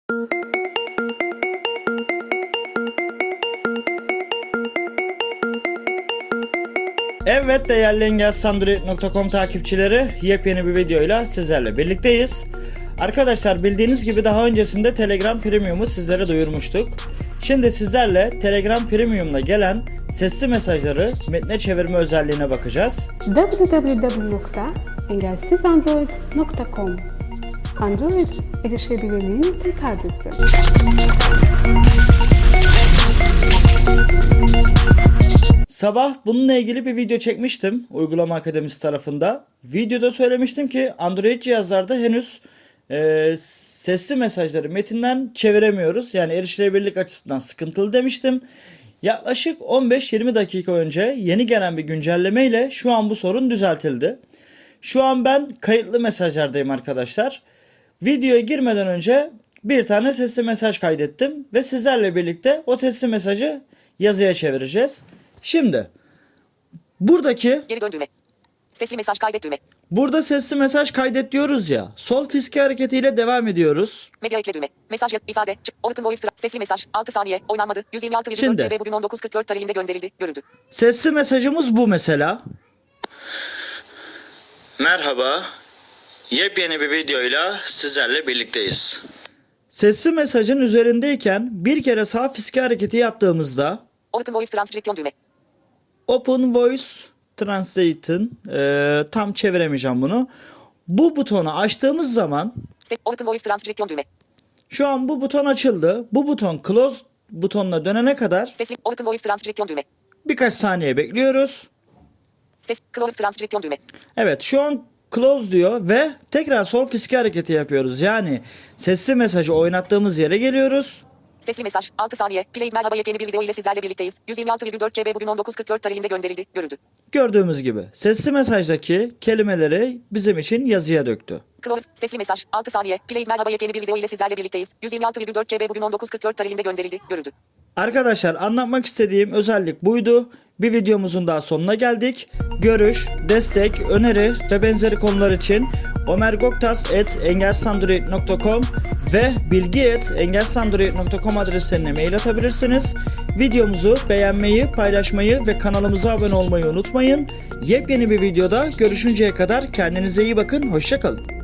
Evet değerli engelsandroid.com takipçileri, yepyeni bir videoyla sizlerle birlikteyiz. Arkadaşlar bildiğiniz gibi daha öncesinde Telegram Premium'u sizlere duyurmuştuk. Şimdi sizlerle Telegram Premium'la gelen sesli mesajları metne çevirme özelliğine bakacağız. www.engelsizandroid.com Android erişebilirliğin tek adresi. Sabah bununla ilgili bir video çekmiştim Uygulama Akademisi tarafında. Videoda söylemiştim ki Android cihazlarda henüz sesli mesajları metinden çeviremiyoruz. Yani erişilebilirlik açısından sıkıntılı demiştim. Yaklaşık 15-20 dakika önce yeni gelen bir güncelleme ile şu an bu sorun düzeltildi. Şu an ben kayıtlı mesajlardayım arkadaşlar. Videoya girmeden önce bir tane sesli mesaj kaydettim ve sizlerle birlikte o sesli mesajı yazıya çevireceğiz. Şimdi buradaki geri dön düğme. Sesli mesaj kaydet düğme. Burada sesli mesaj kaydet diyoruz ya. Sol fiske hareketiyle devam ediyoruz. Medya ekle düğme. Mesaj ifade çık. Open voice sesli mesaj 6 saniye oynanmadı. 126,4 GB bugün 19.44 tarihinde gönderildi. Görüldü. Sesli mesajımız bu mesela. Merhaba. Yepyeni bir videoyla sizlerle birlikteyiz. Sesli mesajın üzerindeyken bir kere sağ fiske hareketi yaptığımızda Open voice translation düğme. Open Voice Translate'ın tam çeviremeyeceğim bunu. Bu butonu açtığımız zaman Open voice translation düğme. şu an bu buton açıldı. Bu buton close butonuna dönene kadar Sesli open voice translation düğme. birkaç saniye bekliyoruz. Ses close translation düğme. Evet şu an close diyor ve tekrar sol fiske hareketi yapıyoruz. Yani sesli mesajı oynattığımız yere geliyoruz. Sesli mesaj 6 saniye. Play merhaba yepyeni bir video ile sizlerle birlikteyiz. 126,4 GB bugün 19.44 tarihinde gönderildi. Görüldü. Gördüğümüz gibi sesli mesajdaki kelimeleri bizim için yazıya döktü. Close sesli mesaj 6 saniye. Play merhaba yepyeni bir video ile sizlerle birlikteyiz. 126,4 GB bugün 19.44 tarihinde gönderildi. Görüldü. Arkadaşlar anlatmak istediğim özellik buydu. Bir videomuzun daha sonuna geldik. Görüş, destek, öneri ve benzeri konular için omergoktas@engelsandroid.com ve bilgi@engelsandroid.com adreslerine mail atabilirsiniz. Videomuzu beğenmeyi, paylaşmayı ve kanalımıza abone olmayı unutmayın. Yepyeni bir videoda görüşünceye kadar kendinize iyi bakın. Hoşça kalın.